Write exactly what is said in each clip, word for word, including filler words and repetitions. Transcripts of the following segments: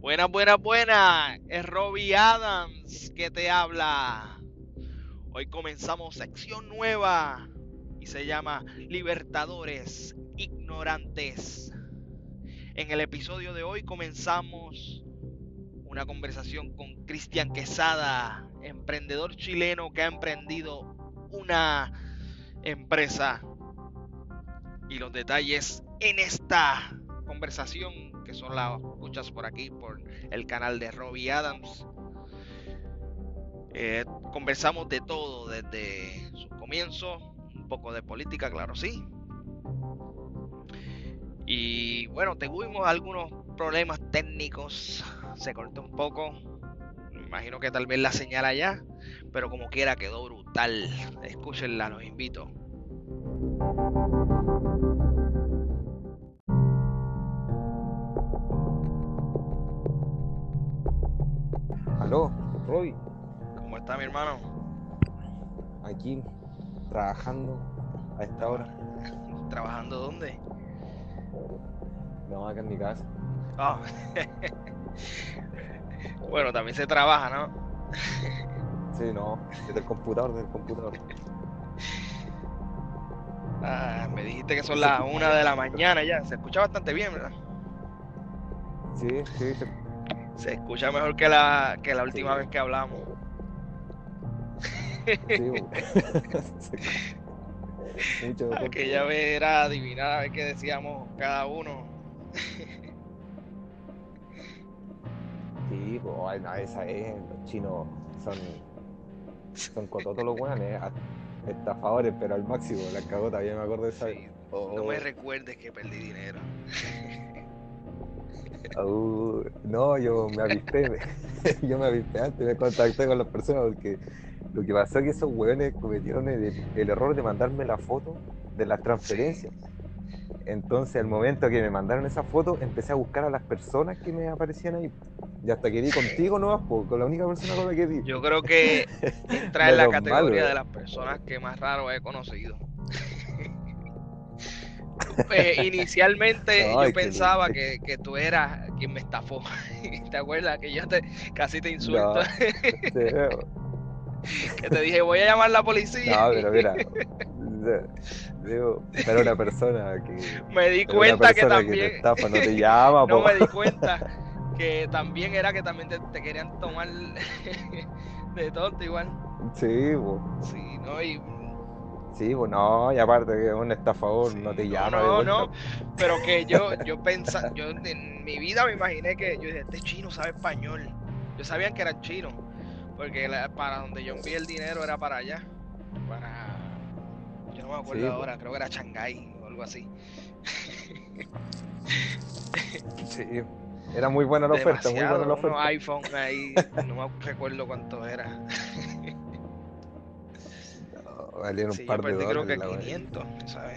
Buenas, buenas, buenas. Es Robbie Adams que te habla. Hoy comenzamos sección nueva y se llama Libertadores Ignorantes. En el episodio de hoy comenzamos una conversación con Cristian Quesada, emprendedor chileno que ha emprendido una empresa, y los detalles en esta conversación, que son las escuchas por aquí por el canal de Robbie Adams. Eh, conversamos de todo desde sus comienzos, un poco de política, claro, sí. Y bueno, tuvimos algunos problemas técnicos, se cortó un poco. Me imagino que tal vez la señal allá, pero como quiera quedó brutal. Escúchenla, los invito. Aló, Roy, ¿Cómo está mi hermano? aquí trabajando a esta hora. ¿Trabajando dónde? No, acá en mi casa. Oh. Bueno, también se trabaja, ¿no? Sí, no, desde el computador, desde el computador. Ah, me dijiste que son ¿Y se las escucha una bien? de la mañana ya. Se escucha bastante bien, ¿verdad? Sí, sí, se- Se escucha mejor que la, que la última sí, vez que hablamos. sí, bo. Sí, mucho mejor, Aquella po. vez era adivinar a ver qué decíamos cada uno. Sí, pues, ay, no, esa es, los chinos son, son cototos los weones, a- estafadores, pero al máximo, la cagó, todavía me acuerdo de esa vez. Sí, no me Oh, recuerdes que perdí dinero. au, no, yo me avisté, yo me avisté antes, me contacté con las personas porque lo que pasó es que esos hueones cometieron el, el error de mandarme la foto de las Sí. transferencias. Entonces, al momento que me mandaron esa foto, empecé a buscar a las personas que me aparecían ahí. Y hasta que di contigo nomás, po, con la única persona con la que di. Yo creo que entra en la Menos mal, categoría de weón. las personas que más raro he conocido. Eh, inicialmente No, yo es que, le- pensaba es que, que tú eras quien me estafó. ¿Te acuerdas que yo te casi te insulto? no, sí, Que te dije voy a llamar a la policía. no, pero mira, de- digo, pero una persona que, Me di pero una cuenta que persona que te también, estafa no te llama, no po. me di cuenta que también era que también te, te querían tomar de tonto igual. Sí, po. Sí, no, y Sí, pues no, y aparte que un estafador sí, no te no, llama de no, vuelta. no, pero que yo, yo pensaba, yo en mi vida me imaginé que, yo dije, este chino sabe español. Yo sabía que eran chinos, porque la- para donde yo envié el dinero era para allá, para, yo no me acuerdo Sí, pues, ahora, creo que era Shanghái o algo así. sí. Era muy buena la oferta, muy buena la Demasiado, unos oferta. iPhone ahí, no me recuerdo cuánto era. No, valían un Sí, yo par de perdí creo dólares que la wea. quinientos, ¿sabes?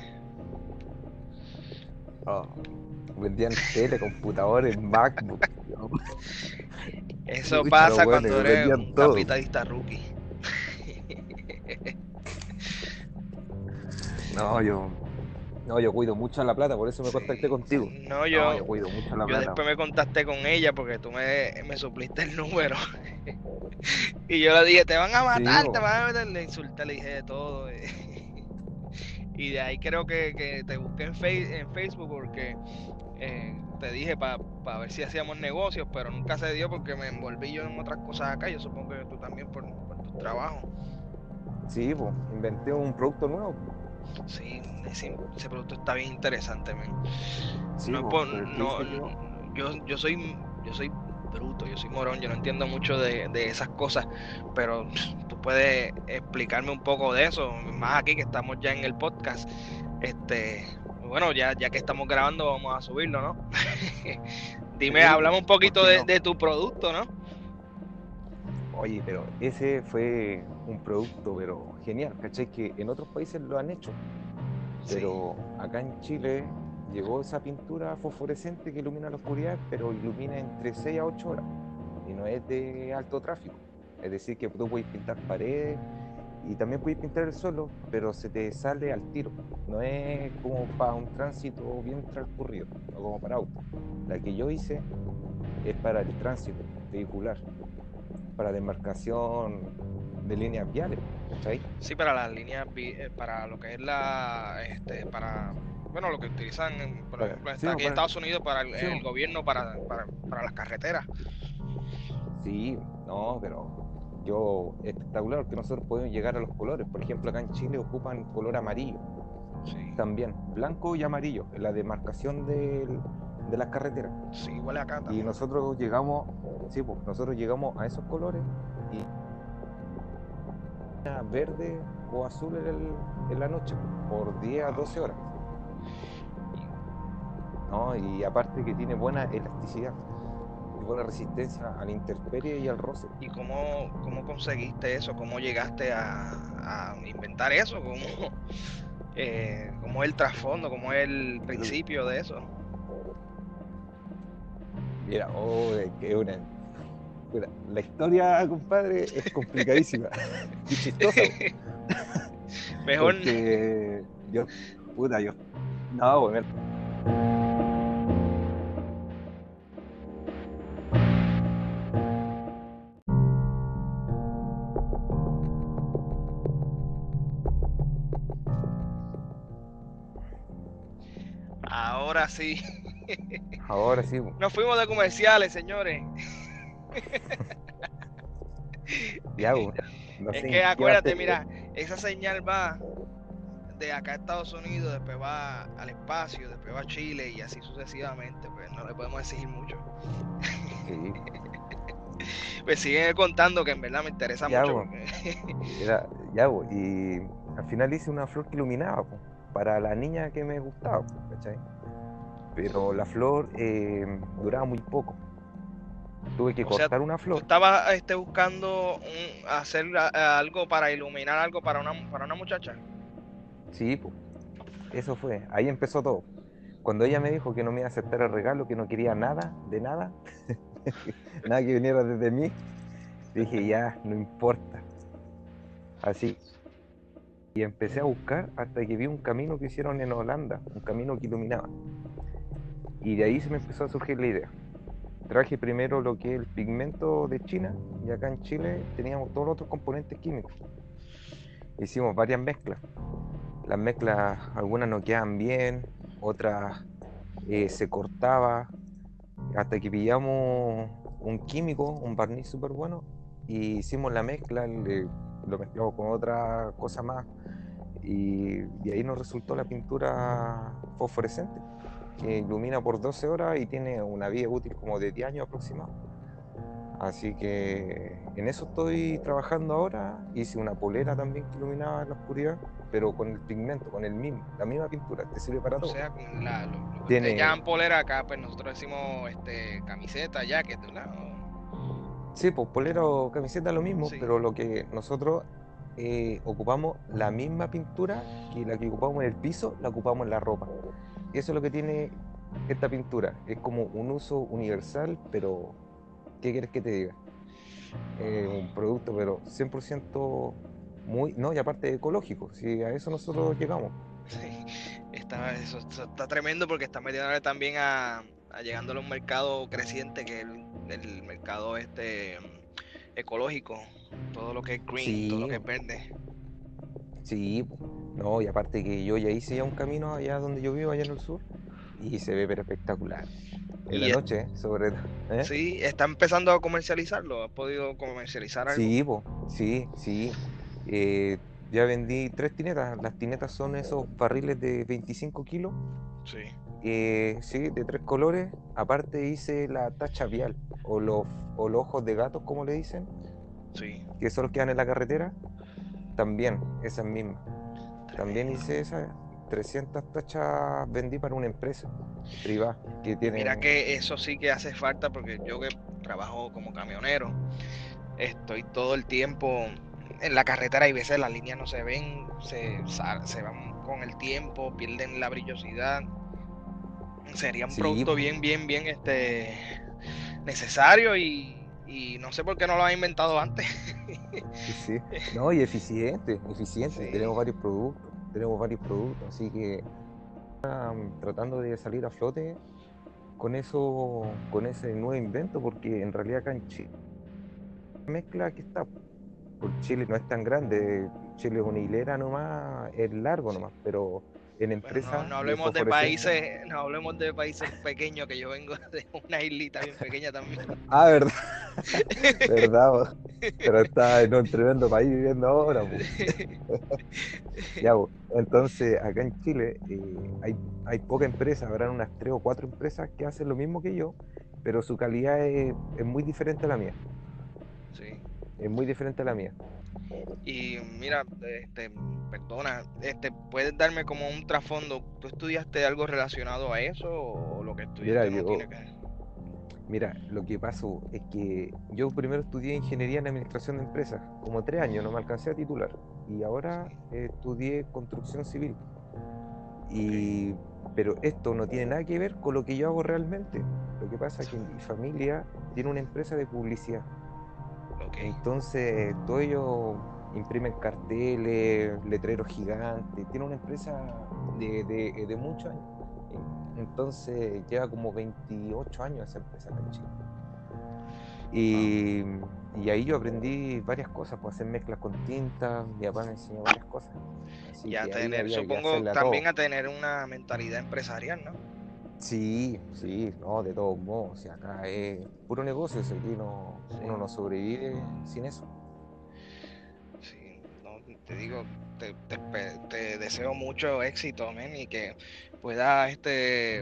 Oh, vendían tele, computadores, MacBook. No, Eso chucha, los pasa weones, cuando eres vendían un todo. capitalista rookie. No, yo, no, yo cuido mucho la plata, por eso me contacté Sí, contigo. no, No, yo, yo cuido mucho la yo plata. después me contacté con ella porque tú me, me supliste el número. Y yo le dije, te van a Sí, matar, te po. van a matar. Le insulté, le dije de todo. Y de ahí creo que, que te busqué en, fe- en Facebook porque eh, te dije para pa ver si hacíamos negocios, pero nunca se dio porque me envolví yo en otras cosas acá. Yo supongo que tú también por, por tu trabajo. Sí, pues, inventé un producto nuevo. Sí, ese, ese producto está bien interesante, man. Sí, No es pues, por, pero no, dice yo. yo, yo soy, yo soy bruto, yo soy morón, yo no entiendo mucho de, de esas cosas, pero tú puedes explicarme un poco de eso, más aquí que estamos ya en el podcast. Este, bueno, ya, ya que estamos grabando, vamos a subirlo, ¿no? Dime, Sí, pues, hablame un ¿por poquito qué de, no? de tu producto, ¿no? Oye, pero ese fue un producto, pero genial, ¿cachai? Que en otros países lo han hecho, Sí, pero acá en Chile llegó esa pintura fosforescente que ilumina la oscuridad, pero ilumina entre seis a ocho horas y no es de alto tráfico. Es decir, que tú puedes pintar paredes y también puedes pintar el suelo, pero se te sale al tiro. No es como para un tránsito bien transcurrido, no como para auto. La que yo hice es para el tránsito vehicular, para demarcación de líneas viales, ¿cachai? Sí, para las líneas, vi- eh, para lo que es la, este, para, bueno, lo que utilizan, en- por Para, ejemplo, sí, está pues, aquí en para el- Estados Unidos para el, sí, el pues. gobierno, para, para, para las carreteras. Sí, no, pero yo, espectacular que nosotros podemos llegar a los colores. Por ejemplo, acá en Chile ocupan color amarillo, Sí, también, blanco y amarillo, en la demarcación del- de las carreteras. sí, igual acá Y también. nosotros llegamos, sí, pues, nosotros llegamos a esos colores y era verde o azul en, el- en la noche, por diez a doce horas. ¿No? Y aparte que tiene buena elasticidad y buena resistencia a la intemperie y al roce. ¿Y cómo, cómo conseguiste eso? ¿Cómo llegaste a, a inventar eso? ¿Cómo, eh, cómo es el trasfondo? ¿Cómo es el principio de eso? Mira, oh, es que una, una- la historia, compadre, es complicadísima y chistosa, Mejor, porque yo, puta, yo, no, bueno, ahora sí. ahora sí, Nos fuimos de comerciales, señores. ya, bo, no Es sé que en qué parte, acuérdate, mira, esa señal va de acá a Estados Unidos, después va al espacio, después va a Chile y así sucesivamente, pues no le podemos exigir mucho. sí, Pues siguen contando que en verdad me interesa ya, mucho bo, porque era, ya, bo, y al final hice una flor que iluminaba, po, para la niña que me gustaba, po, ¿cachai? Pero la flor eh, duraba muy poco. Tuve que o sea, cortar una tú flor. estabas este, buscando un- hacer a- a algo para iluminar algo para una, para una muchacha. Sí, po, eso fue. Ahí empezó todo. Cuando ella me dijo que no me iba a aceptar el regalo, que no quería nada, de nada, nada que viniera desde mí, dije, ya, no importa. Así. Y empecé a buscar hasta que vi un camino que hicieron en Holanda, un camino que iluminaba. Y de ahí se me empezó a surgir la idea. Traje primero lo que es el pigmento de China, y acá en Chile teníamos todos los otros componentes químicos. Hicimos varias mezclas. Las mezclas, algunas no quedaban bien, otras eh, se cortaba, hasta que pillamos un químico, un barniz súper bueno, y hicimos la mezcla, le- lo mezclamos con otra cosa más, y, y ahí nos resultó la pintura fosforescente, que ilumina por doce horas y tiene una vida útil como de diez años aproximado. Así que en eso estoy trabajando ahora. Hice una polera también que iluminaba en la oscuridad, pero con el pigmento, con el mismo, la misma pintura, te sirve para O todo. sea, con la- lo, lo que ustedes Tiene, llaman polera acá, pues nosotros decimos este, camiseta, jacket, ¿verdad? O- sí, pues polera o camiseta lo mismo, sí. pero lo que nosotros eh, ocupamos la misma pintura que la que ocupamos en el piso, la ocupamos en la ropa. Y eso es lo que tiene esta pintura. Es como un uso universal, pero ¿qué quieres que te diga? Eh, un producto, pero cien por ciento muy, no, y aparte ecológico, si a eso nosotros llegamos. Sí, está, eso, eso está tremendo porque está metiéndole también a, a llegándole a un mercado creciente que es el, el mercado este ecológico, todo lo que es green, todo lo Sí, que es verde. sí, po. No, y aparte que yo ya hice ya un camino allá donde yo vivo, allá en el sur, y se ve pero espectacular. En la Y es- noche, ¿eh? Sobre todo. ¿Eh? sí, está empezando a comercializarlo, ¿has podido comercializar algo? Sí, po, sí, sí. Eh, ya vendí tres tinetas. Las tinetas son esos barriles de veinticinco kilos, Sí, eh, sí, de tres colores. Aparte hice la tacha vial, o los, o los ojos de gatos, como le dicen, sí, que son los que dan en la carretera. También, esas mismas. También tremendo. hice esas. trescientas tachas vendí para una empresa privada que Y mira tienen. que eso sí que hace falta porque yo que trabajo como camionero, estoy todo el tiempo en la carretera y a veces las líneas no se ven, se, sa- se van con el tiempo, pierden la brillosidad. Sería un Sí, producto bien, bien, bien este, necesario y, y no sé por qué no lo han inventado antes. Sí, no, y eficiente, eficiente. Sí, Tenemos varios productos, tenemos varios productos, así que mm, tratando de salir a flote con eso, con ese nuevo invento, porque en realidad acá en Chile, la mezcla que está, por Chile no es tan grande, Chile es una hilera nomás, es largo sí. nomás, pero en Bueno, no, empresas no de hablemos de fosforescencia. países, no hablemos de países pequeños, que yo vengo de una islita bien pequeña también. Ah, verdad, verdad, po. Pero está en un tremendo país viviendo ahora, po. Ya, po. Entonces, acá en Chile eh, hay, hay poca empresa, habrán unas tres o cuatro empresas que hacen lo mismo que yo, pero su calidad es, es muy diferente a la mía. Sí. Es muy diferente a la mía. Y mira, este, perdona, este, ¿puedes darme como un trasfondo? ¿Tú estudiaste algo relacionado a eso o lo que Mira, estudiaste no yo, tiene que ver? mira, lo que pasó es que yo primero estudié ingeniería en administración de empresas, como tres años, no me alcancé a titular, y ahora Sí, eh, estudié construcción civil. ok, Y, pero esto no tiene nada que ver con lo que yo hago realmente. Lo que pasa es que mi familia tiene una empresa de publicidad. ok. Entonces, todo ellos imprimen carteles, letreros gigantes. Tiene una empresa de, de, de muchos años. Entonces, lleva como veintiocho años esa empresa acá en Chile. Wow. Y, y ahí yo aprendí varias cosas, pues hacer mezclas con tinta. Mi papá me enseñó varias cosas. Así Y a que ahí tener, había que supongo hacerle a todo. también a tener una mentalidad empresarial, ¿no? Sí, sí, no, de todos modos, o sea, acá es puro negocio, si aquí no, Sí, uno no sobrevive sin eso. sí, no, te digo, te, te, espe- te deseo mucho éxito, men, y que puedas este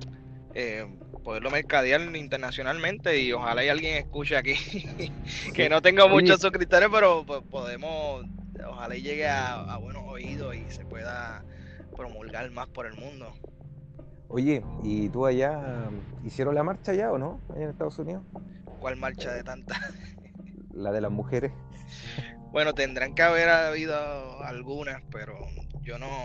eh, poderlo mercadear internacionalmente y ojalá y alguien escuche aquí que Sí. no tengo Oye, muchos suscriptores, pero po- podemos, ojalá y llegue a, a buenos oídos y se pueda promulgar más por el mundo. oye, ¿y tú allá mm, hicieron la marcha ya o no? Allá en Estados Unidos, ¿Cuál marcha de tantas? la de las mujeres. Bueno, tendrán que haber habido algunas, pero yo no,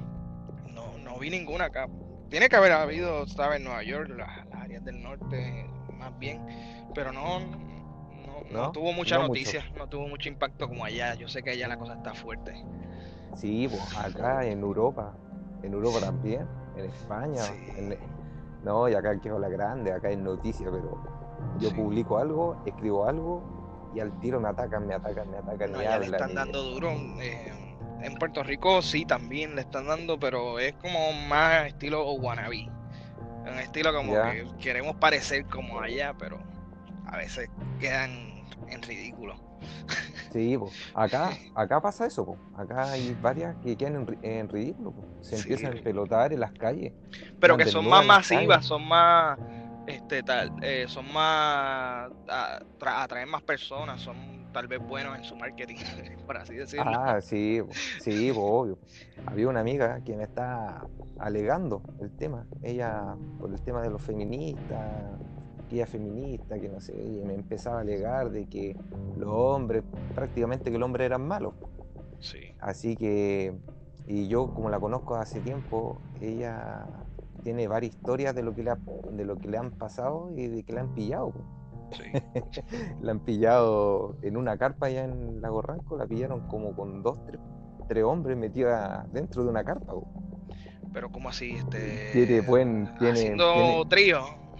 no, no vi ninguna acá. Tiene que haber habido, ¿sabes? En Nueva York, las, las áreas del norte, más bien, pero no, no, no ¿No? tuvo mucha No mucho. noticia, no tuvo mucho impacto como allá. Yo sé que allá la cosa está fuerte. Sí, pues acá en Europa, en Europa también, en España, Sí, en- no, y acá quedó la grande, acá es noticia, pero yo sí. publico algo, escribo algo y al tiro me atacan, me atacan, me atacan No, y allá le hablan están y dando duro. eh, en Puerto Rico sí, también le están dando, pero es como más estilo wannabe. Un estilo como ya. que queremos parecer como allá, pero a veces quedan en ridículo. Sí, po. Acá, acá pasa eso, po. Acá hay varias que quedan en, ri- en ridículo, po. Se Sí, empiezan a empelotar en las calles, pero quedan que son más desnudas en las calles. masivas, son más, este, tal, eh, son más, a- tra- atraen más personas, son tal vez buenos en su marketing, por así decirlo. Ah, sí, po. Sí, po, obvio. Había una amiga que me está alegando el tema, ella por el tema de los feministas, que ella es feminista, que no sé, y me empezaba a alegar de que los hombres, prácticamente que los hombres eran malos. Sí, Así que, y yo como la conozco hace tiempo, ella tiene varias historias de lo que le, ha- de lo que le han pasado y de que la han pillado, po. sí. La han pillado en una carpa allá en Lago Ranco, la pillaron como con dos, tres, tres hombres metidos a- dentro de una carpa, po. Pero como así, Tiene este, buen, tiene, tiene, haciendo trío.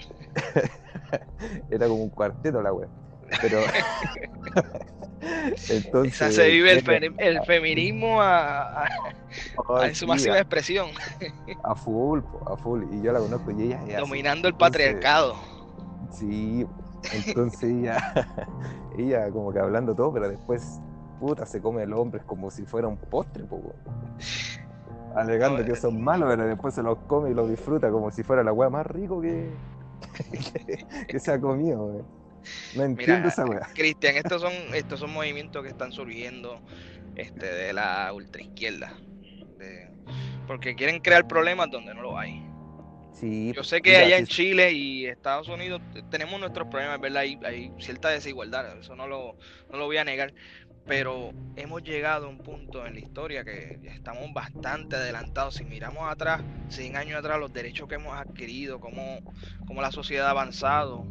era como un cuarteto la wea. Pero Esa se entonces vive el, tiene, fe- el feminismo a- a- oh, a- en su sí, máxima a, expresión, a full, po, a full. Y yo la conozco y ella es así. dominando el Entonces, patriarcado. sí, entonces ella, ella como que hablando todo, pero después, puta, se come a los hombres como si fuera un postre, po, weón. No, Alegando que son malos, pero después se los come y los disfruta como si fuera la weá más rico que, que, que se ha comido, weón. No entiendo mira, esa weá. Cristian, estos son, estos son movimientos que están surgiendo este, de la ultraizquierda, de- porque quieren crear problemas donde no lo hay. Sí, Yo po. sé que Mira, allá sí, en Chile y Estados Unidos te- tenemos nuestros problemas, ¿verdad? Hay, hay cierta desigualdad, eso no lo, no lo voy a negar, pero hemos llegado a un punto en la historia que estamos bastante adelantados. Si miramos atrás, cien años atrás, los derechos que hemos adquirido, cómo, cómo la sociedad ha avanzado,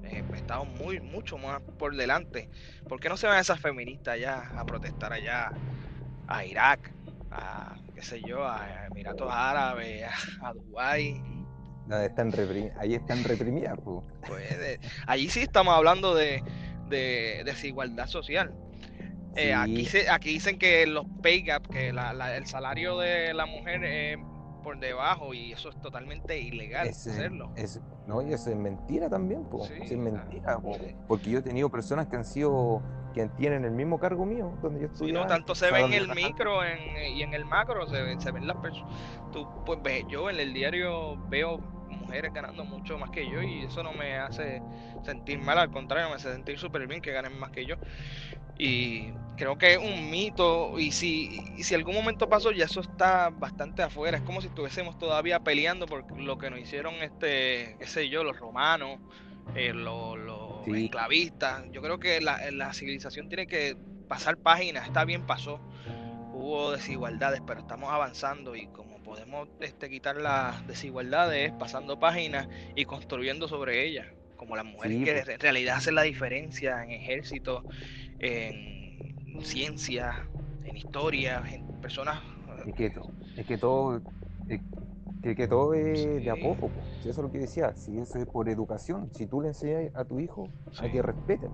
Eh, estamos muy, mucho más por delante. ¿Por qué no se van esas feministas allá a protestar allá a Irak, a qué sé yo, a Emiratos Árabes, a, a Dubái? No, están reprimi- ahí están reprimidas, pues. Pues eh, allí sí estamos hablando de, de desigualdad social. Eh, aquí Sí, se, aquí dicen que los pay gap, que la, la- el salario de la mujer es por debajo y eso es totalmente ilegal es, eh, hacerlo. es, no, y eso es mentira también, po. Sí, es Sí, ah, mentira, po. sí. Porque yo he tenido personas que han sido, que tienen el mismo cargo mío, donde yo Sí, no estudiaba tanto antes, o se sea, ve en donde el yo trabajaba. micro en- y en el macro, se ven, se ven las personas. Tú, pues ves, yo en el diario veo mujeres ganando mucho más que yo y eso no me hace sentir mal, al contrario, me hace sentir súper bien que ganen más que yo. Y creo que es un mito y si, y si algún momento pasó ya eso está bastante afuera, es como si estuviésemos todavía peleando por lo que nos hicieron, este, qué sé yo, los romanos, eh, los, los Sí, esclavistas. Yo creo que la, la civilización tiene que pasar páginas, está bien, pasó, hubo desigualdades, pero estamos avanzando y como podemos, este, quitar las desigualdades pasando páginas y construyendo sobre ellas, como las mujeres sí, que pues. en realidad hacen la diferencia en ejércitos, en ciencia, en historia, en personas Es que, que to- es que todo, es que, que todo es de a sí, poco, po. Si eso es lo que decía, si eso es por educación, si tú le enseñas a tu hijo a sí. que respeten,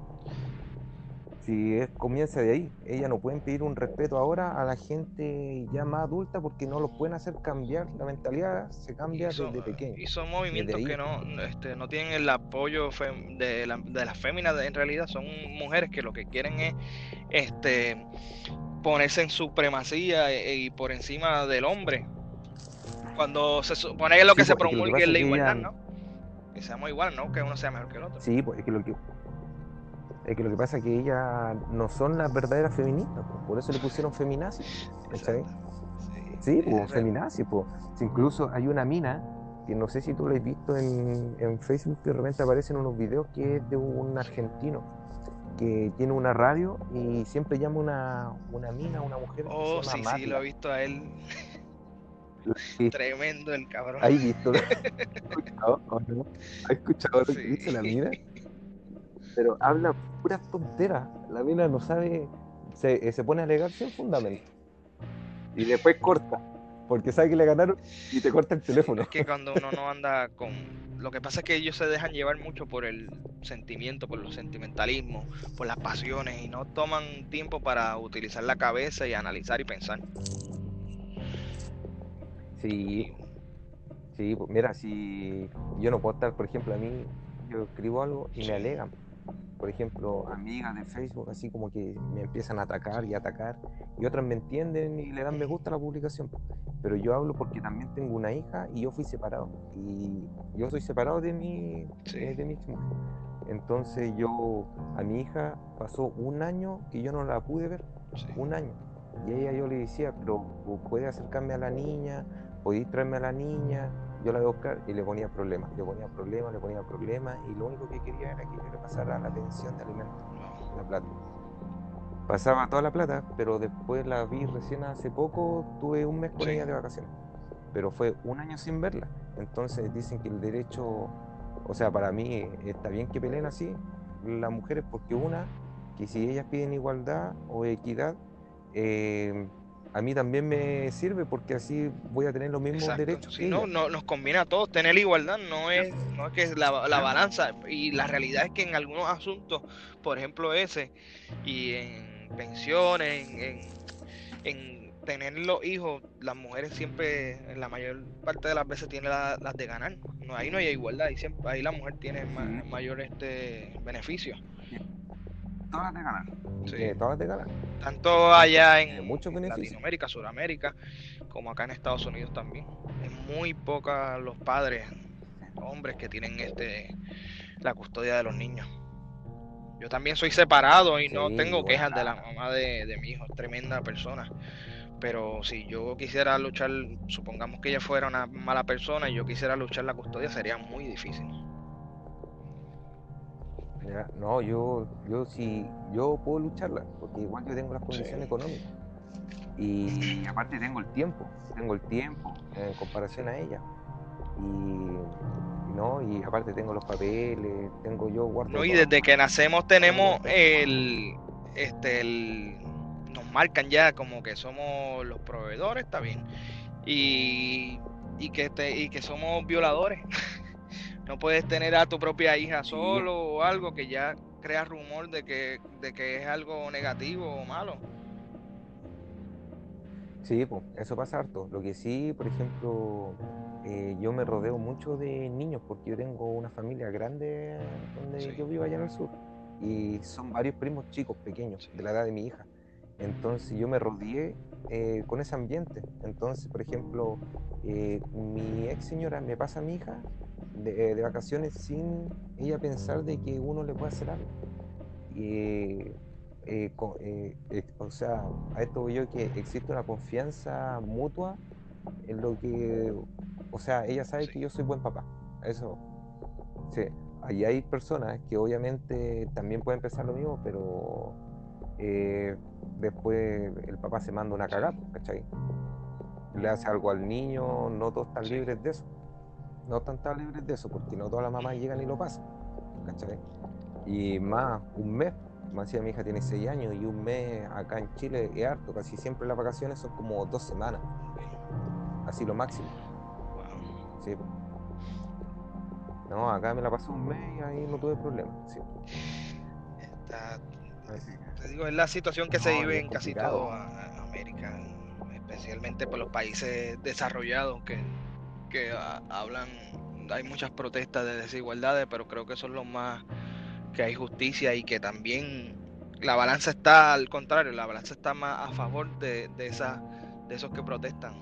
si es, comienza de ahí, ella no pueden pedir un respeto ahora a la gente ya más adulta porque no los pueden hacer cambiar, la mentalidad se Y cambia son, desde pequeño, y son desde movimientos que ahí. no, este, no tienen el apoyo fem- de, la, de las féminas, en realidad son mujeres que lo que quieren es, este, ponerse en supremacía e- y por encima del hombre, cuando se supone que lo que Sí, se pues es que lo que promulgue es pasa es la que igualdad, ella, ¿no? Que seamos iguales, ¿no? Que uno sea mejor que el otro. sí, pues es que lo que, es que lo que pasa es que ellas no son las verdaderas feministas, pues, por eso le pusieron feminazi, ¿cachai? Exacto. Sí, Sí, es pues real. feminazi, pues. Si incluso hay una mina que no sé si tú lo has visto en, en Facebook, que de repente aparecen unos videos que es de un argentino que tiene una radio y siempre llama una, una mina, una mujer que se Oh, llama sí, sí, lo he Marla. visto a él. Y Tremendo el cabrón. ¿has visto? ¿Has escuchado, o no? ¿Has escuchado lo que dice la Sí. mina? Pero habla puras tonteras. La mina no sabe, se, eh, se pone a alegar sin Sí, fundamento. Y después corta, porque sabe que le ganaron y te corta el sí. teléfono. Es que cuando uno no anda con... Lo que pasa es que ellos se dejan llevar mucho por el sentimiento, por los sentimentalismos, por las pasiones y no toman tiempo para utilizar la cabeza y analizar y pensar. Sí, Y sí, pues mira, si yo no puedo estar, por ejemplo, a mí, yo escribo algo y me sí, alegan. Por ejemplo, amigas de Facebook, así como que me empiezan a atacar y atacar, y otras me entienden y le dan me gusta a la publicación. Pero yo hablo porque también tengo una hija y yo fui separado. Y yo soy separado de mi, sí, eh, de mi exmujer. Entonces yo, a mi hija pasó un año que yo no la pude ver, sí. un año. Y a ella yo le decía, pero puede acercarme a la niña, podéis traerme a la niña, yo la voy a buscar, y le ponía problemas, le ponía problemas, le ponía problemas, y lo único que quería era que yo le pasara la pensión de alimentos, Wow. la plata. Pasaba toda la plata, pero después la vi recién hace poco, tuve un mes con Sí, ella de vacaciones, pero fue un año sin verla. Entonces dicen que el derecho, o sea, para mí está bien que peleen así las mujeres, porque una, que si ellas piden igualdad o equidad, eh, a mí también me sirve porque así voy a tener los mismos exacto. derechos Si que no, ellas. no, nos conviene a todos tener la igualdad, no es, no es que es la, la Claro. balanza. Y la realidad es que en algunos asuntos, por ejemplo ese, y en pensiones, en, en, en tener los hijos, las mujeres siempre, en la mayor parte de las veces, tienen la- las de ganar. No, ahí no hay igualdad, ahí, siempre, ahí la mujer tiene ma- Sí, mayor, este, beneficio. tiene todas de ganar. Y Sí. tiene todas de ganar. Tanto Tanto allá tiene muchos en beneficios. Latinoamérica, Sudamérica, como acá en Estados Unidos también. Es muy poca los padres, hombres que tienen este la custodia de los niños. Yo también soy separado y Sí, no tengo igual quejas de la acá. mamá de, de mi hijo, es tremenda persona. Pero si yo quisiera luchar, supongamos que ella fuera una mala persona y yo quisiera luchar la custodia, sería muy difícil. Ya, no, yo, yo sí, yo puedo lucharla, porque igual yo tengo las Sí, condiciones económicas. Y aparte tengo el tiempo, tengo el tiempo en comparación a ella. y, y no, y aparte tengo los papeles, tengo yo guardo No, y todas desde que mis, nacemos todas mis tenemos cosas. el, este, el, nos marcan ya como que somos los proveedores, está bien, y, y que te, y que somos violadores. No puedes tener a tu propia hija Sí, solo o algo que ya crea rumor de que, de que es algo negativo o malo. sí, pues, eso pasa harto. Lo que sí, por ejemplo, eh, yo me rodeo mucho de niños porque yo tengo una familia grande donde Sí, yo vivo allá en el sur y son varios primos chicos, pequeños, sí, de la edad de mi hija. Entonces yo me rodeé eh, con ese ambiente. Entonces, por ejemplo, eh, mi ex señora me pasa a mi hija de, de vacaciones sin ella pensar de que uno le puede hacer algo. Y, eh, co- eh, eh, o sea, a esto voy yo que existe una confianza mutua en lo que, o sea, ella sabe sí. que yo soy buen papá. Eso, sí. Ahí hay personas que obviamente también pueden pensar lo mismo, pero eh, después el papá se manda una Sí, cagada, pues, ¿cachai? Le hace algo al niño, no todos están sí. libres de eso. No están tan libres de eso, porque no todas las mamás Ujú. llegan y lo pasan, ¿cachai? Y más, un mes, más encima mi hija tiene seis años y un mes acá en Chile es harto, casi siempre las vacaciones son como dos semanas, así lo máximo. Wow. Sí, po. No, acá me la pasé un mes y ahí no tuve problemas, sí. Está, Así te que, digo, es la situación que se no, y vive es en casi complicado. toda América, especialmente por los países desarrollados que, que ah, hablan, hay muchas protestas de desigualdades, pero creo que son los más que hay justicia y que también la balanza está al contrario, la balanza está más a favor de, de, esa, de esos que protestan.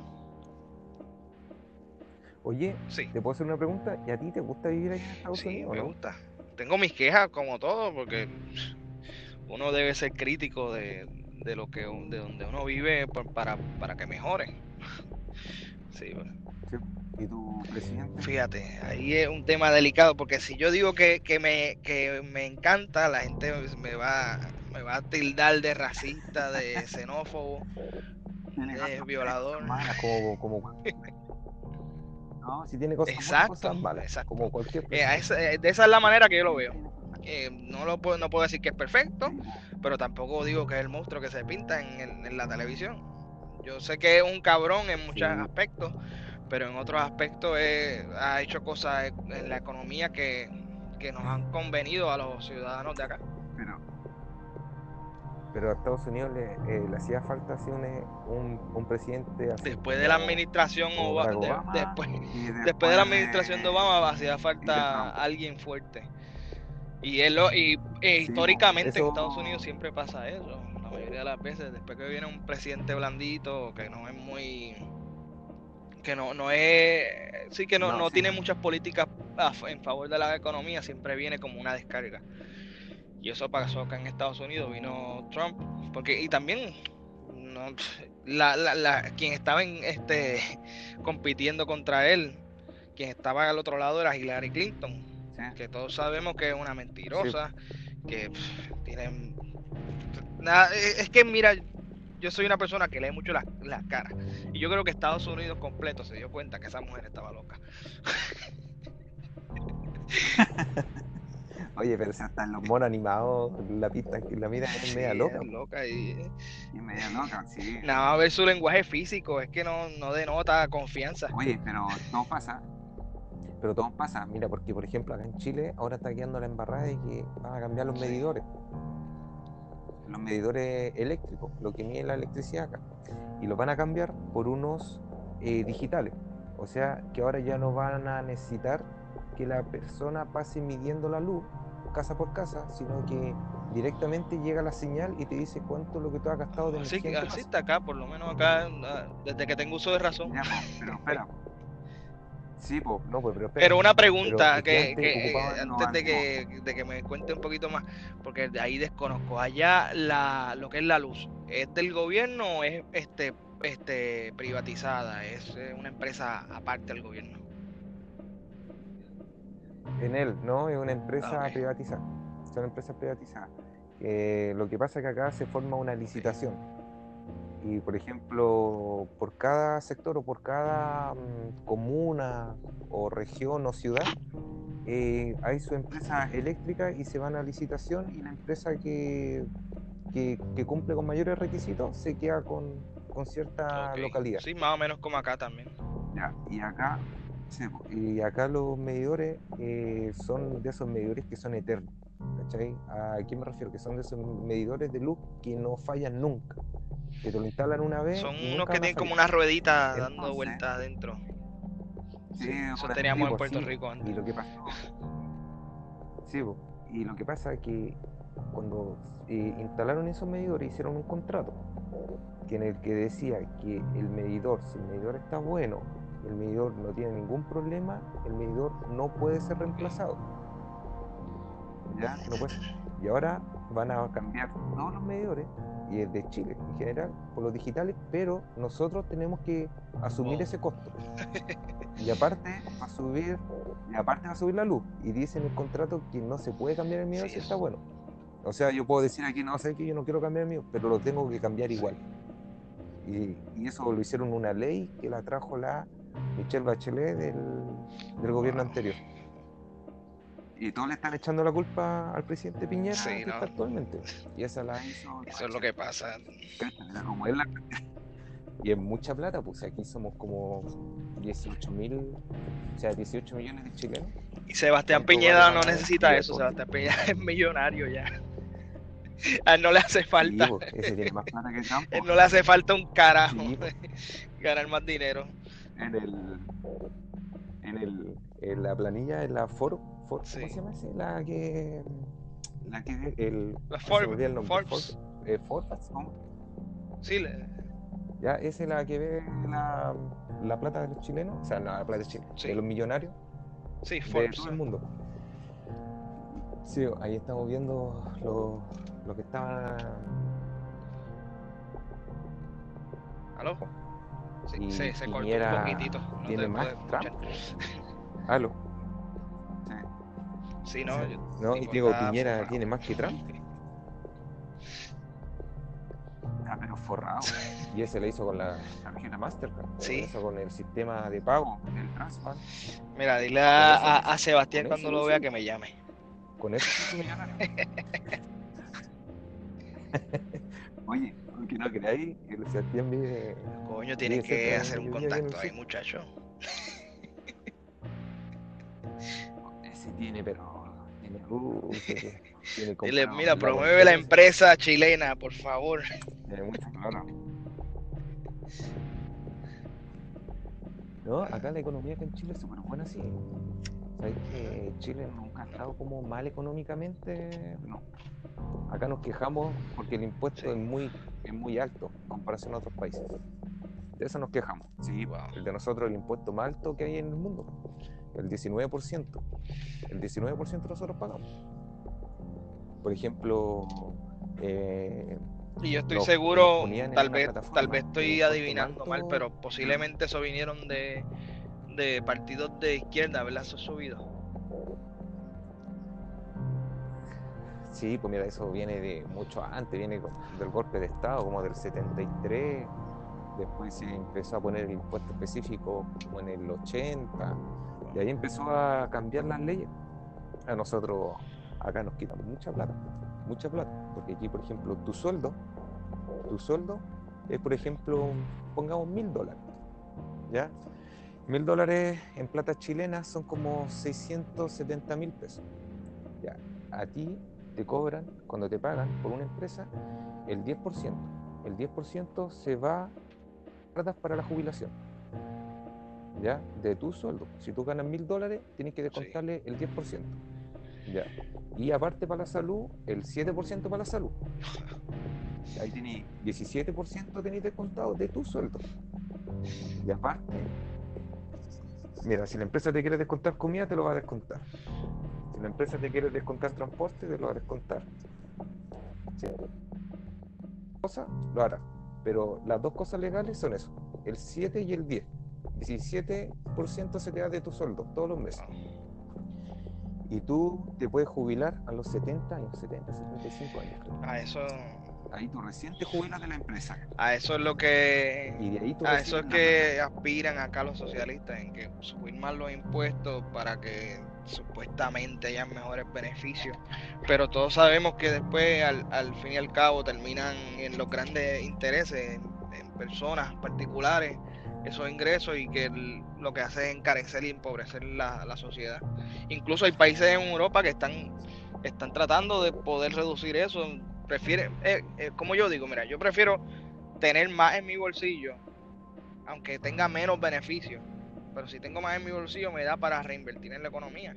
Oye, Sí, ¿te puedo hacer una pregunta? ¿Y a ti te gusta vivir allá en Estados sí, Unidos o me no? gusta. Tengo mis quejas como todo, porque uno debe ser crítico de, de lo que de donde uno vive por- para, para que mejore. Sí, bueno. Sí. ¿Y tu presidente? Fíjate, ahí es un tema delicado, porque si yo digo que, que me, que me encanta, la gente me va, me va a tildar de racista, de xenófobo, Tiene de cosas, tiene cosas violador. malas, como, como cualquier presidente. No, si tiene cosas buenas y Exacto, cosas malas, exacto. como cualquier Eh, a presidente. esa- eh, de esa es la manera que yo lo Sí, veo. tiene cosas. Eh, no lo puedo, no puedo decir que es perfecto, Sí, po. pero tampoco digo que es el monstruo que se pinta en, el- en la televisión. Yo sé que es un cabrón en muchos Sí, aspectos, pero en otros aspectos eh, ha hecho cosas en la economía que, que nos han convenido a los ciudadanos de acá. pero, pero a Estados Unidos le, eh, le hacía falta así un, eh, un, un presidente así Después de la como, administración como Oba- Barack de- Obama después, y después de la después administración de de, Obama hacía y de falta Trump. alguien fuerte. Y, él lo, y e Sí, po, históricamente en eso, Estados Unidos siempre pasa eso. La mayoría de las veces, después que viene un presidente blandito, que no es muy, que no, no es, sí que no, no, no sí, tiene muchas políticas a f- en favor de la economía, siempre viene como una descarga. Y eso pasó acá en Estados Unidos, vino Trump, porque, y también no, la, la, la, quien estaba en este compitiendo contra él, quien estaba al otro lado era Hillary Clinton, sí, que todos sabemos que es una sí, mentirosa, que pff, tiene nada, es que mira, yo soy una persona que lee mucho las, las caras. Y yo creo que Estados Unidos completo se dio cuenta que esa mujer estaba loca. oye, pero si hasta en los monos animados la pista que la mira es media Sí, es loca, po. loca. Y Y es media loca, sí. nada más ver su lenguaje físico, es que no, no denota confianza. Oye, pero todo pasa, pero todo pasa, mira, porque por ejemplo acá en Chile ahora está quedando la embarrada de que van a cambiar los Sí. medidores, los medidores eléctricos, lo que mide la electricidad acá, y los van a cambiar por unos eh, digitales. O sea, que ahora ya no van a necesitar que la persona pase midiendo la luz casa por casa, sino que directamente llega la señal y te dice cuánto es lo que tú has gastado de Así, energía en tu así casa. está acá, por lo menos acá, ah, desde que tengo uso de razón. Ya, pues, pero espera, po. Sí, pues, no, pues, pero espera. Pero una Pero pregunta es que que, antes que eh, ocupaban los antes de antiguos. que, de que me cuente un poquito más, porque de ahí desconozco. Allá la, lo que es la luz, ¿es del gobierno o es este, este privatizada? ¿Es eh, una empresa aparte del gobierno? En él, ¿no? Es una Ah, ok, empresa privatizada. Son empresas privatizadas. Eh, lo que pasa es que acá se forma una ok. licitación. Y por ejemplo, por cada sector o por cada mm, comuna o región o ciudad, eh, hay su empresa eléctrica y se van a licitación y la empresa que, que, que cumple con mayores requisitos se queda con, con cierta Ok. localidad. Sí, más o menos como acá también. Ya, y acá, sí, po, y acá los medidores eh, son de esos medidores que son eternos. ¿Cachai? ¿A qué me refiero? Que son de esos medidores de luz que no fallan nunca. Que te lo instalan una vez Son y unos nunca que van a tienen como fallar. una ruedita dando Entonces, vueltas adentro. sí, Sí, eso una teníamos en tipo, Puerto sí, Rico y antes. lo que pasó, sí, po, y lo que pasa es que cuando eh, instalaron esos medidores hicieron un contrato que en el que decía que el medidor, si el medidor está bueno, el medidor no tiene ningún problema, el medidor no puede ser reemplazado. ¿Ya? No puede ser. Y ahora van a cambiar todos los medidores, y el de Chile en general, por los digitales, pero nosotros tenemos que asumir Wow. ese costo. Y aparte va a subir, y aparte va a subir la luz. Y dice en el contrato que no se puede cambiar el medidor Sí, si está eso. bueno. O sea, yo puedo decir aquí, no sé que yo no quiero cambiar el mío, pero lo tengo que cambiar Sí. igual. Y, y eso lo hicieron una ley que la trajo la Michelle Bachelet del, del gobierno Wow. anterior. Y todos le están echando la culpa al presidente Piñera Sí, que no. está actualmente. Y esa la hizo Eso es lo que Bachelet. pasa. Cacha, era como él la- Y es mucha plata, pues aquí somos como dieciocho mil, o sea, dieciocho millones de chilenos. Y Sebastián ¿Cuánto vale Piñera no pagar el necesita eso. transporte? Sebastián Piñera es millonario ya. A él no le hace Sí, falta. pues, ese tiene más plata que Trump, Él pues. no le hace falta un carajo Sí, pues, ganar más dinero. en el, en el, en la planilla, en la foro, for- ¿cómo Sí. se llama ese? La que, la que, el, La ah, se me Forbes. olvidó el nombre, Forbes. Forbes, eh, Forbes, ¿cómo? Sí, le- Ya, esa es la que ve la, la plata de los chilenos, o sea, no, la plata de Chile, de sí. los millonarios Sí, de Forbes. todo el mundo. Sí, ahí estamos viendo lo, lo que estaban. ¿Aló? Sí, Y se, se cortó un Piñera poquitito. No tiene te más puedo que Trump. escuchar. Aló. Sí, Sí. no, yo No, te y digo, cortaba Piñera forrado. tiene más que Trump. Ah, pero forrado. Y ese lo hizo con la tarjeta Mastercard, con Sí. eso, con el sistema de pago, el Transfer. Mira, dile Con a, eso a, lo hizo. a Sebastián Con cuando eso lo lo hizo vea él. que me llame. Con eso se hizo millonario. Oye, aunque no creáis, el Sebastián vive, Coño, tienes vive cerca que de hacer donde un yo vivía aquí en el contacto ahí, sur. muchacho. Ese tiene, pero tiene, uh, ese tiene, tiene Dile, comprado mira, la promueve la tontera ese. empresa chilena, por favor. Tiene mucha plata. No, acá la economía acá en Chile es súper buena, sí. Sabéis que Chile nunca ha estado como mal económicamente. No. Acá nos quejamos porque el impuesto Sí. es muy, es muy alto en comparación a otros países. De eso nos quejamos. Sí, Wow. el de nosotros es el impuesto más alto que hay en el mundo. El diecinueve por ciento. El diecinueve por ciento nosotros pagamos. Por ejemplo, eh, Y yo estoy nos, nos seguro, ponían en tal una vez, tal plataforma vez que el estoy impuesto más adivinando mal, alto pero posiblemente eso vinieron de, de partidos de izquierda, ¿verdad? Eso subido. Sí, pues mira, eso viene de mucho antes, viene co- del golpe de Estado, como del setenta y tres, después se empezó a poner el impuesto específico como en el ochenta, y ahí empezó a cambiar las leyes. A nosotros acá nos quitan mucha plata, mucha plata, porque aquí, por ejemplo, tu sueldo, tu sueldo es, por ejemplo, pongamos mil dólares, ¿ya? Mil dólares en plata chilena son como seiscientos setenta mil pesos. Ya, a ti te cobran, cuando te pagan por una empresa, el diez por ciento. El diez por ciento se va para la jubilación, ¿ya? De tu sueldo. Si tú ganas mil dólares, tienes que Sí. descontarle el diez por ciento. ¿Ya? Y aparte para la salud, el siete por ciento para la salud. Ahí tenés diecisiete por ciento tenés descontado de tu sueldo. Y aparte, mira, si la empresa te quiere descontar comida, te lo va a descontar. Si la empresa te quiere descontar transporte, te lo va a descontar. Si cosa, lo hará. Pero las dos cosas legales son eso, el siete y el diez. diecisiete por ciento se te da de tu sueldo todos los meses. Y tú te puedes jubilar a los setenta años, setenta, setenta y cinco años, creo. Ah, eso, ahí tú recién te jubilas de la empresa. A eso es lo que Y de ahí tú a eso es recibes la que aspiran acá los socialistas, en que subir más los impuestos para que supuestamente hayan mejores beneficios, pero todos sabemos que después al, al fin y al cabo terminan en los grandes intereses en, en personas particulares esos ingresos, y que el- lo que hace es encarecer y empobrecer la, la sociedad. Incluso hay países en Europa que están están tratando de poder reducir eso. Prefiere, eh, eh, como yo digo, mira, yo prefiero tener más en mi bolsillo, aunque tenga menos beneficios, pero si tengo más en mi bolsillo me da para reinvertir en la economía.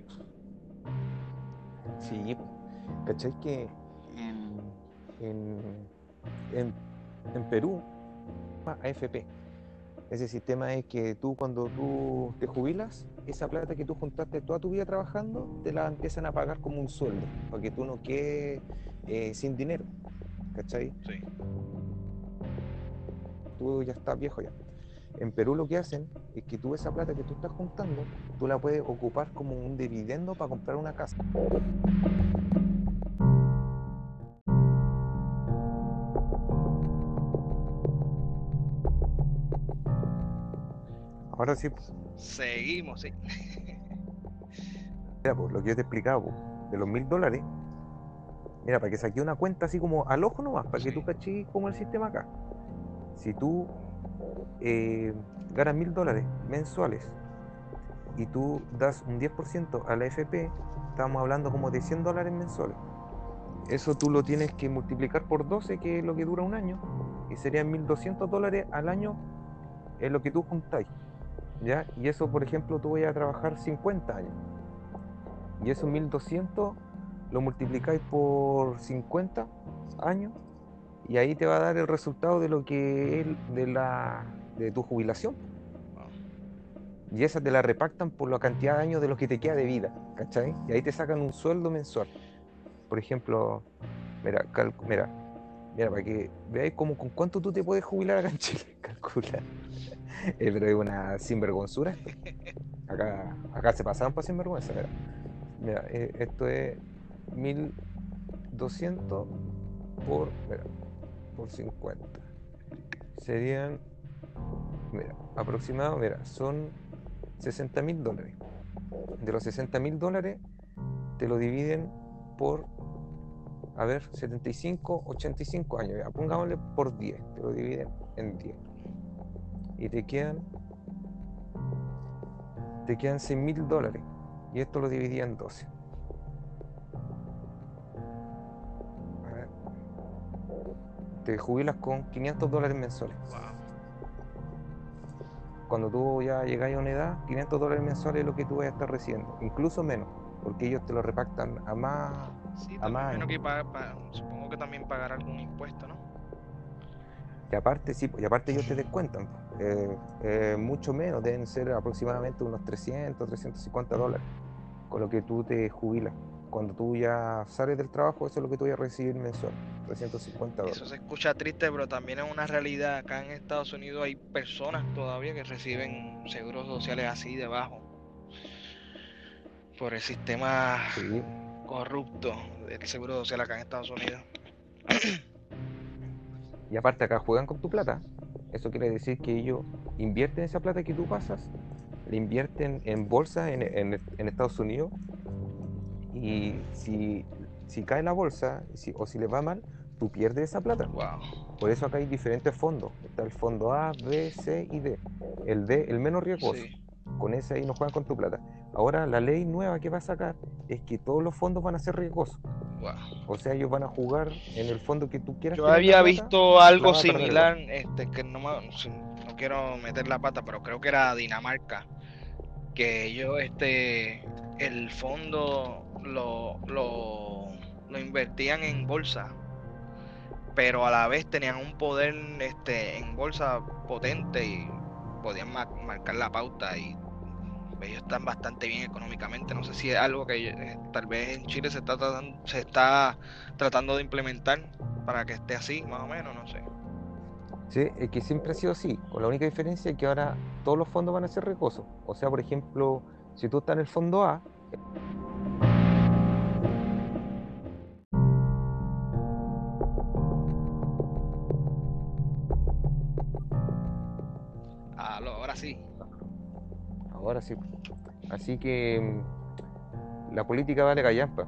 Sí, ¿cachai? Que en, en, en, en Perú, A F P, ese sistema es que tú cuando tú te jubilas, esa plata que tú juntaste toda tu vida trabajando, te la empiezan a pagar como un sueldo, para que tú no quedes eh, sin dinero, ¿cachai? Sí. Tú ya estás viejo ya. En Perú lo que hacen es que tú esa plata que tú estás juntando, tú la puedes ocupar como un dividendo para comprar una casa. Ahora sí, pues, Seguimos, sí. mira, pues, lo que yo te explicaba, pues, de los mil dólares, mira, para que saque una cuenta así como al ojo nomás, para que Sí. tú cachis como el sistema acá. Si tú eh, ganas mil dólares mensuales y tú das un diez por ciento a la A F P, estamos hablando como de cien dólares mensuales. Eso tú lo tienes que multiplicar por doce, que es lo que dura un año, y serían mil doscientos dólares al año, es lo que tú juntáis, ¿ya? Y eso, por ejemplo, tú vas a trabajar cincuenta años, y esos mil doscientos lo multiplicáis por cincuenta años, y ahí te va a dar el resultado de lo que es de, la, de tu jubilación. Y esa te la repactan por la cantidad de años de los que te queda de vida, ¿cachai? Y ahí te sacan un sueldo mensual. Por ejemplo, mira, cal, mira, mira, para que veáis cómo, con cuánto tú te puedes jubilar acá en Chile, calcula. Eh, pero es una sinvergüenzura esto. Acá, acá se pasaban por sinvergüenza, mira. Mira, eh, esto es mil doscientos por, mira, por cincuenta. Serían, mira, aproximado, mira, son sesenta mil dólares. De los sesenta mil dólares te lo dividen por, a ver, setenta y cinco, ochenta y cinco años, ya, pongámosle por diez, te lo dividen en diez. Y te quedan, te quedan seis mil dólares. Y esto lo dividía en doce. A ver, te jubilas con quinientos dólares mensuales. Wow. Cuando tú ya llegas a una edad, quinientos dólares mensuales es lo que tú vas a estar recibiendo, incluso menos, porque ellos te lo repactan a más, Sí, a también más menos años. que pagar, pa- supongo que también pagar algún impuesto, ¿no? Y aparte, sí, y aparte ellos te descuentan, eh, eh, mucho menos, deben ser aproximadamente unos trescientos, trescientos cincuenta dólares, con lo que tú te jubilas. Cuando tú ya sales del trabajo, eso es lo que tú vas a recibir mensual, trescientos cincuenta Eso dólares. se escucha triste, pero también es una realidad. Acá en Estados Unidos hay personas todavía que reciben seguros sociales así debajo por el sistema Sí, corrupto del seguro social acá en Estados Unidos. y aparte acá juegan con tu plata. Eso quiere decir que ellos invierten esa plata que tú pasas, la invierten en bolsa en, en- en Estados Unidos, y si, si cae la bolsa si- o si les va mal, tú pierdes esa plata. Wow. Por eso acá hay diferentes fondos. Está el fondo A, B, C y D. El D, el menos riesgoso. Sí. Con ese ahí no juegan con tu plata. Ahora la ley nueva que va a sacar es que todos los fondos van a ser riesgosos. Wow. O sea, ellos van a jugar en el fondo que tú quieras Yo tener la había plata, visto la algo vas a perder igual. similar, este, que no, me- no sé, no quiero meter la pata, pero creo que era Dinamarca, que ellos, este, el fondo lo, lo, lo invertían en bolsa, pero a la vez tenían un poder, este, en bolsa potente y podían ma- marcar la pauta, y ellos están bastante bien económicamente. No sé si es algo que eh, tal vez en Chile se está tratando, se está tratando de implementar para que esté así, más o menos, no sé. Sí, es que siempre ha sido así, con la única diferencia es que ahora todos los fondos van a ser riesgosos. O sea, por ejemplo, si tú estás en el fondo A, Ahora sí. Así que mm, la política vale callampa.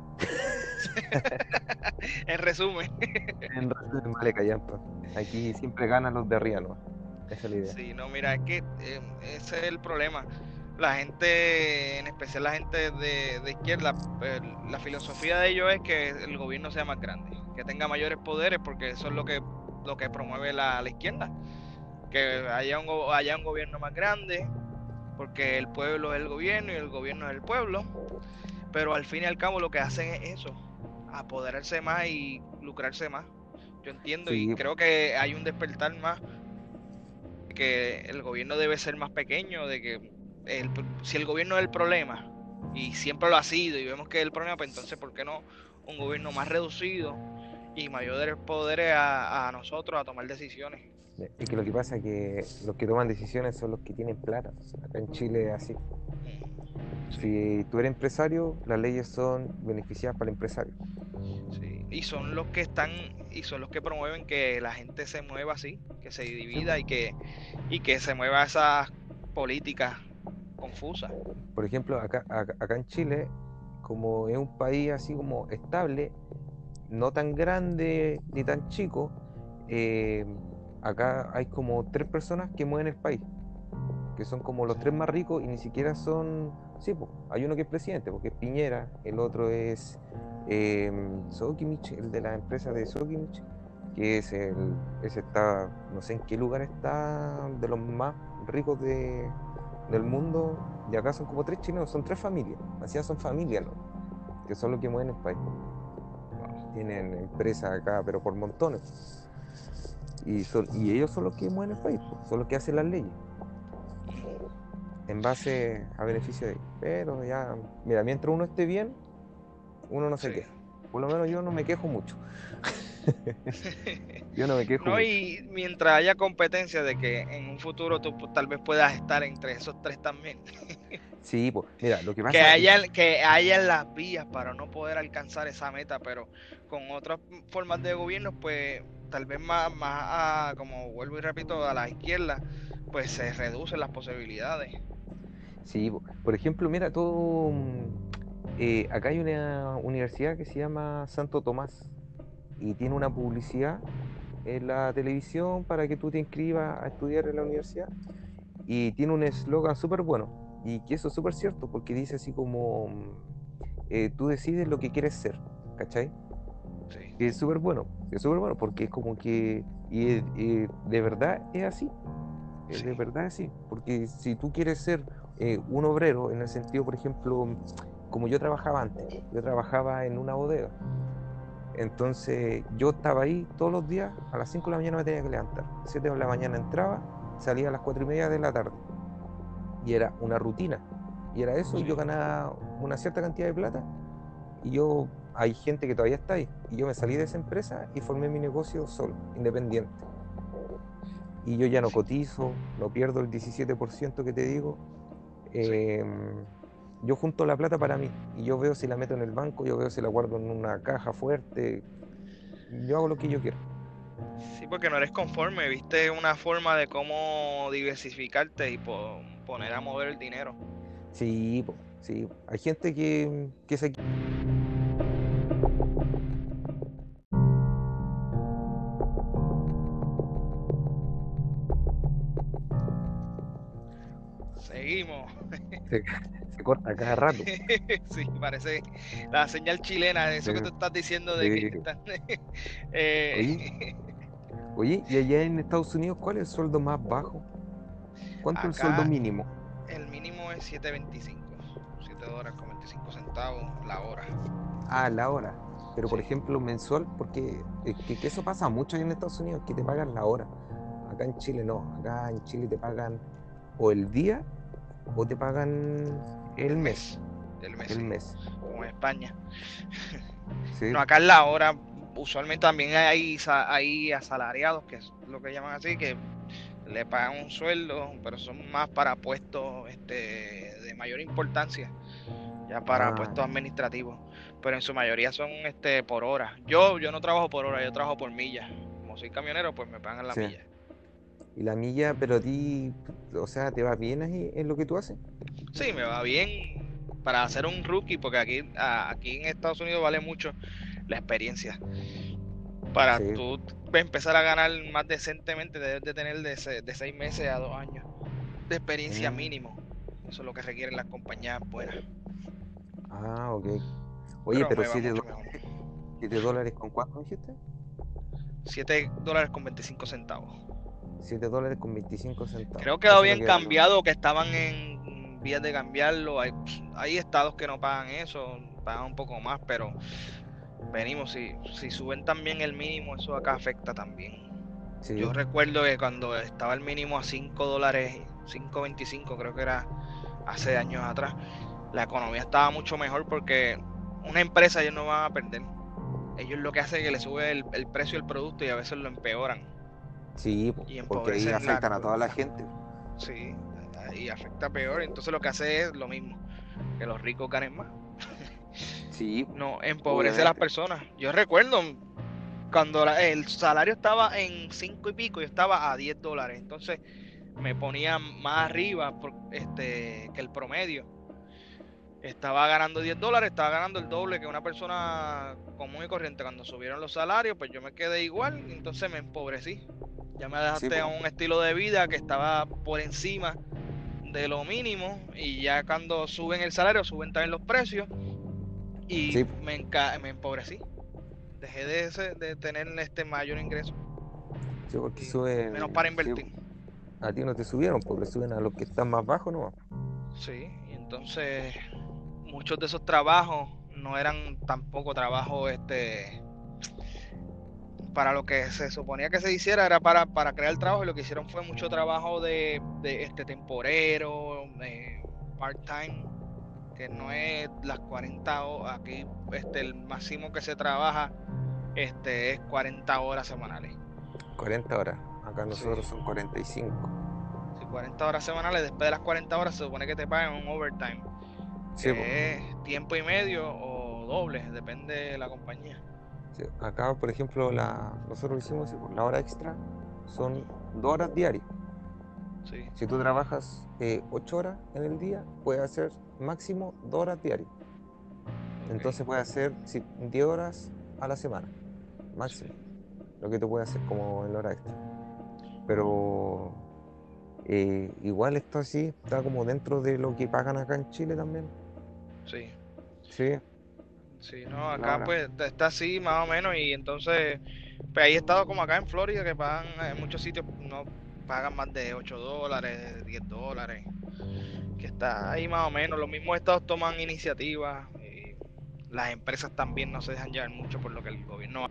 En resumen. En resumen, vale callampa. Aquí siempre ganan los de arriba, ¿no? Esa es la idea. Sí, no, mira, es que eh, ese es el problema. La gente, en especial la gente de, de izquierda, eh, la filosofía de ellos es que el gobierno sea más grande, que tenga mayores poderes, porque eso es lo que, lo que promueve la, la izquierda, que haya un, go- haya un gobierno más grande, porque el pueblo es el gobierno y el gobierno es el pueblo, pero al fin y al cabo lo que hacen es eso, apoderarse más y lucrarse más. Yo entiendo y Sí, creo que hay un despertar más que el gobierno debe ser más pequeño, de que el, si el gobierno es el problema, y siempre lo ha sido, y vemos que es el problema, pues entonces, ¿por qué no un gobierno más reducido y mayores poderes a, a nosotros a tomar decisiones? es que lo que pasa es que los que toman decisiones son los que tienen plata. Acá en Chile es así. Mm, sí, Si tú eres empresario, las leyes son beneficiadas para el empresario. sí. Y son los que están, y son los que promueven que la gente se mueva así, que se ¿Sí? divida y que, y que se mueva esas políticas confusas. Por ejemplo, acá, acá, acá en Chile, como es un país así como estable, no tan grande ni tan chico, eh, acá hay como tres personas que mueven el país, que son como los tres más ricos y ni siquiera son, sí, po, hay uno que es presidente, porque es Piñera, el otro es eh, Sokimich, el de la empresa de Sokimich, que es el, ese está, no sé en qué lugar está, de los más ricos de, del mundo, y acá son como tres chilenos, son tres familias, así son familias, ¿no? Que son los que mueven el país. Tienen empresas acá, pero por montones. Y, son, y ellos son los que mueven el país, po, son los que hacen las leyes en base a beneficio de ellos. Pero ya, mira, mientras uno esté bien, uno no se Sí. queja. Por lo menos yo no me quejo mucho. Yo no me quejo No, mucho. y mientras haya competencia de que en un futuro tú pues, tal vez puedas estar entre esos tres también. Sí, pues, mira, lo que Que pasa es haya, que haya las vías para no poder alcanzar esa meta, pero con otras formas de gobierno, pues tal vez más, más a, como vuelvo y repito, a la izquierda, pues se reducen las posibilidades. sí, po. Por ejemplo, mira, todo, mm, eh, acá hay una universidad que se llama Santo Tomás y tiene una publicidad en la televisión para que tú te inscribas a estudiar en la universidad y tiene un eslogan súper bueno y que eso es súper cierto porque dice así como mm, eh, tú decides lo que quieres ser, ¿cachai? Sí, Que es súper bueno, es súper bueno porque es como que y, eh, eh, de verdad es así, eh, de sí, verdad es así, porque si tú quieres ser eh, un obrero en el sentido, por ejemplo, como yo trabajaba antes, yo trabajaba en una bodega, entonces yo estaba ahí todos los días, a las cinco de la mañana me tenía que levantar, a las siete de la mañana entraba, salía a las cuatro y media de la tarde, y era una rutina, y era eso, y yo sí, ganaba una cierta cantidad de plata, y yo, hay gente que todavía está ahí, y yo me salí de esa empresa y formé mi negocio solo, independiente, y yo ya no sí, cotizo, no pierdo el diecisiete por ciento que te digo, sí. eh, yo junto la plata para mí, y yo veo si la meto en el banco, yo veo si la guardo en una caja fuerte, yo hago lo que yo quiero. Sí, porque no eres conforme, viste una forma de cómo diversificarte y po- poner a mover el dinero. Sí, po, sí, hay gente que, que se... Seguimos. se, se corta cada rato. Sí, parece la señal chilena, Sí, eso que tú estás diciendo de que sí. están... eh, Oye, oye, y allá en Estados Unidos, ¿cuál es el sueldo más bajo? ¿Cuánto es el sueldo acá mínimo? el mínimo es siete veinticinco, siete dólares con veinticinco centavos la hora. Ah, la hora. Pero por Sí, ejemplo, mensual, porque es que, que eso pasa mucho en Estados Unidos, que te pagan la hora. Acá en Chile no, acá en Chile te pagan o el día o te pagan el el mes, mes, el mes, el sí, mes. como en España. Sí, No, acá en la hora, usualmente también hay, sa- hay asalariados, que es lo que llaman así, que le pagan un sueldo, pero son más para puestos este, de mayor importancia, ya para ah, puestos administrativos, pero en su mayoría son este, por hora. Yo, yo no trabajo por hora, yo trabajo por millas. Como soy camionero, pues me pagan la sí. milla. Y la milla, pero a ti, o sea, ¿te va bien ahí en lo que tú haces? Sí, me va bien para hacer un rookie, porque aquí, a- aquí en Estados Unidos vale mucho la experiencia. Para Sí, tú empezar a ganar más decentemente, debes de tener de, se- de seis meses a dos años de experiencia mm, mínimo. Eso es lo que requieren las compañías buenas. ah, ok. Oye, Pero pero me va siete mucho mejor. dólares, siete dólares con cuánto dijiste? Siete dólares con veinticinco centavos. Siete dólares con veinticinco centavos. Creo que lo Eso es lo habían que vale. cambiado, que estaban en vías de cambiarlo. Hay, hay estados que no pagan eso, pagan un poco más, pero venimos, si, si suben también el mínimo, eso acá afecta también. Sí, Yo recuerdo que cuando estaba el mínimo a cinco dólares, cinco veinticinco creo que era hace años atrás, la economía estaba mucho mejor porque una empresa ellos no van a perder. Ellos lo que hacen es que le sube el, el precio del producto y a veces lo empeoran sí, po, y porque ahí empobrecen la... afectan a toda la gente. Sí, y afecta peor. Entonces lo que hace es lo mismo, que los ricos ganen más. Sí, po, No, empobrece a las obviamente. personas. Yo recuerdo cuando la- el salario estaba en cinco y pico, yo estaba a diez dólares. Entonces me ponía más arriba por, este, que el promedio. Estaba ganando diez dólares, estaba ganando el doble que una persona común y corriente. Cuando subieron los salarios, pues yo me quedé igual, entonces me empobrecí. Ya me Sí, adapté a po, un estilo de vida que estaba por encima de lo mínimo y ya cuando suben el salario, suben también los precios y sí, po. me, enca- me empobrecí. Dejé de, ese- de tener este mayor ingreso Sí, porque y menos suben, para sí, invertir. po. A ti no te subieron, porque suben a los que están más bajos, ¿no? Sí, y entonces muchos de esos trabajos no eran tampoco trabajos este para lo que se suponía que se hiciera, era para, para crear trabajo, y lo que hicieron fue mucho trabajo de, de este temporero, eh, part-time, que no es las cuarenta horas. Aquí este, el máximo que se trabaja este, es cuarenta horas semanales. cuarenta horas. Acá Sí, nosotros son cuarenta y cinco. sí, cuarenta horas semanales. Después de las cuarenta horas se supone que te pagan un overtime, Sí, po. que es tiempo y medio o doble, depende de la compañía. Sí. Acá, por ejemplo, la, nosotros lo hicimos así, po, la hora extra son dos horas diarias. Sí, Si tú trabajas eh, ocho horas en el día, puedes hacer máximo dos horas diarias. ok, Entonces puedes hacer sí, diez horas a la semana, sí, máximo, lo que tú puedes hacer como en la hora extra. Pero eh, igual esto así está como dentro de lo que pagan acá en Chile también. sí. Sí, Sí, no, la acá hora. pues está así más o menos y entonces, pues ahí he estado como acá en Florida que pagan, en muchos sitios no pagan más de ocho dólares, diez dólares, que está ahí más o menos. Los mismos estados toman iniciativas y las empresas también no se dejan llevar mucho por lo que el gobierno...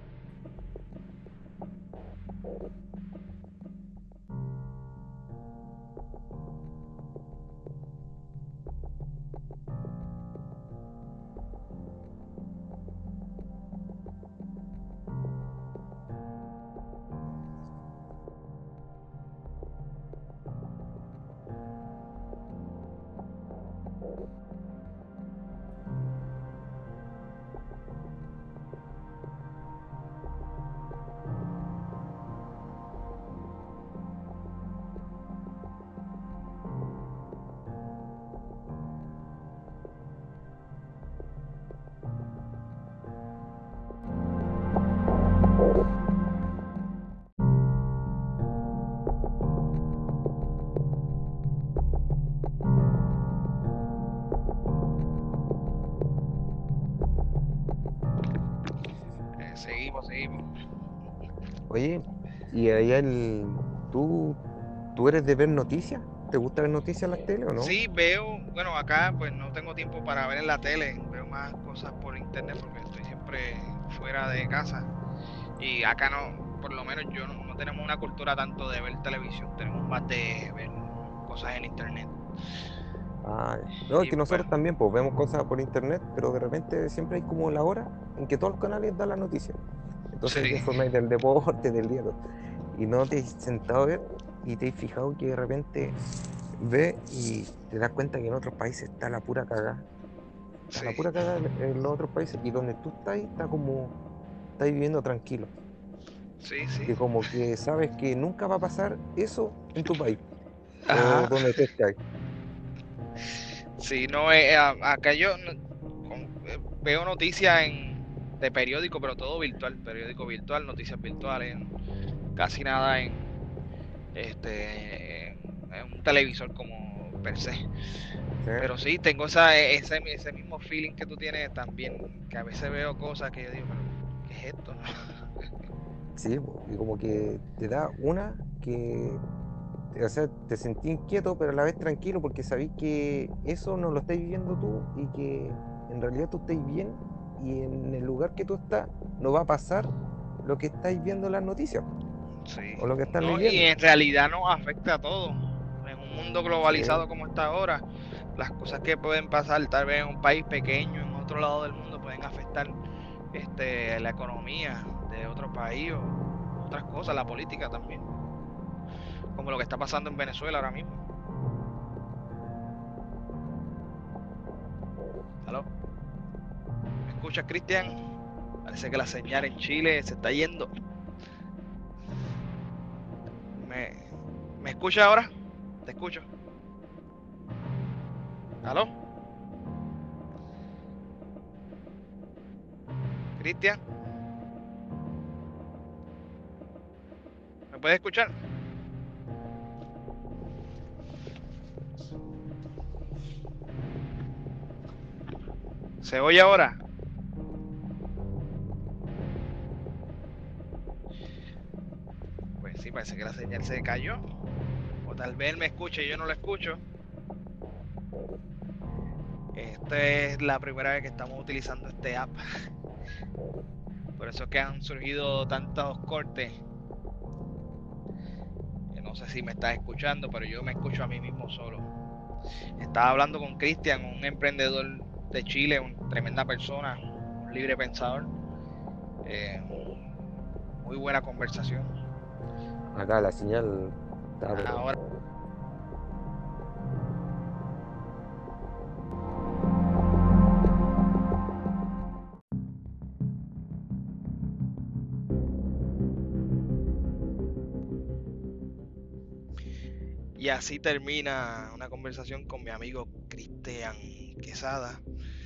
Eh, seguimos, seguimos. Oye, ¿y allá el, tú, tú eres de ver noticias? ¿Te gusta ver noticias en las tele o no? Sí, veo, bueno, acá pues no tengo tiempo para ver en la tele, veo más cosas por internet porque estoy siempre fuera de casa. Y acá no, por lo menos yo no, no tenemos una cultura tanto de ver televisión, tenemos más de ver cosas en internet. Ah, ya. No, es Y que pues, nosotros también pues vemos cosas por internet, pero de repente siempre hay como la hora en que todos los canales dan la noticia. Entonces ahí te sí, informáis del deporte, del día, todo. Y no te has sentado a ver y te has fijado que de repente ves y te das cuenta que en otros países está la pura cagada. Está la sí, pura cagada en en los otros países y donde tú estás, está como, estás viviendo tranquilo. Sí, sí. que como que sabes que nunca va a pasar eso en tu país Ajá. o donde tú estés. Sí, no, eh, a- acá yo no- con- eh, veo noticias en, de periódico, pero todo virtual, periódico virtual, noticias virtuales, casi nada en este en un televisor como per se. ¿Sí? Pero sí, tengo esa, e, ese, ese mismo feeling que tú tienes también, que a veces veo cosas que yo digo, pero ¿qué es esto? Sí, po, y como que te da una que, o sea, te sentí inquieto, pero a la vez tranquilo, porque sabéis que eso no lo estáis viviendo tú y que en realidad tú estáis bien y en el lugar que tú estás no va a pasar lo que estáis viendo en las noticias Sí, o lo que estás no, y leyendo. en realidad nos afecta a todos. En un mundo Sí, globalizado como está ahora, las cosas que pueden pasar tal vez en un país pequeño, en otro lado del mundo, pueden afectar este, la economía de otro país o otras cosas, la política también, como lo que está pasando en Venezuela ahora mismo. ¿Aló? ¿Me escuchas, Cristian? Parece que la señal en Chile se está yendo. ¿Me, ¿me escuchas ahora? Te escucho. ¿Aló? ¿Cristian? ¿Me puedes escuchar? ¿Se oye ahora? Pues sí, parece que la señal se cayó. O tal vez él me escuche y yo no lo escucho. Esta es la primera vez que estamos utilizando este app. Por eso es que han surgido tantos cortes. No sé si me estás escuchando, pero yo me escucho a mí mismo solo. Estaba hablando con Cristian, un emprendedor de Chile, una tremenda persona, un libre pensador. Eh, muy buena conversación. acá la señal está, pero Ahora y así termina una conversación con mi amigo Cristian Quesada.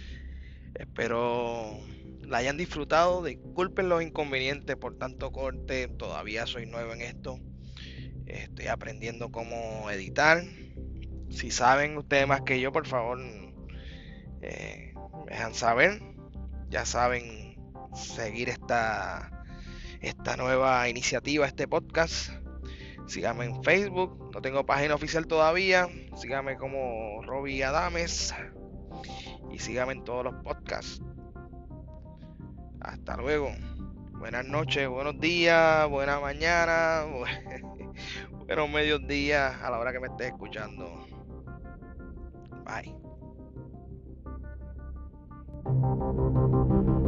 Espero la hayan disfrutado. Disculpen los inconvenientes por tanto corte. Todavía soy nuevo en esto. Estoy aprendiendo cómo editar. Si saben ustedes más que yo, por favor, eh, me dejan saber. Ya saben seguir esta, esta nueva iniciativa, este podcast. Síganme en Facebook. No tengo página oficial todavía. Síganme como Robbie Adames. Y síganme en todos los podcasts. Hasta luego. Buenas noches, buenos días, buena mañana, buenos mediodías a la hora que me estés escuchando. Bye.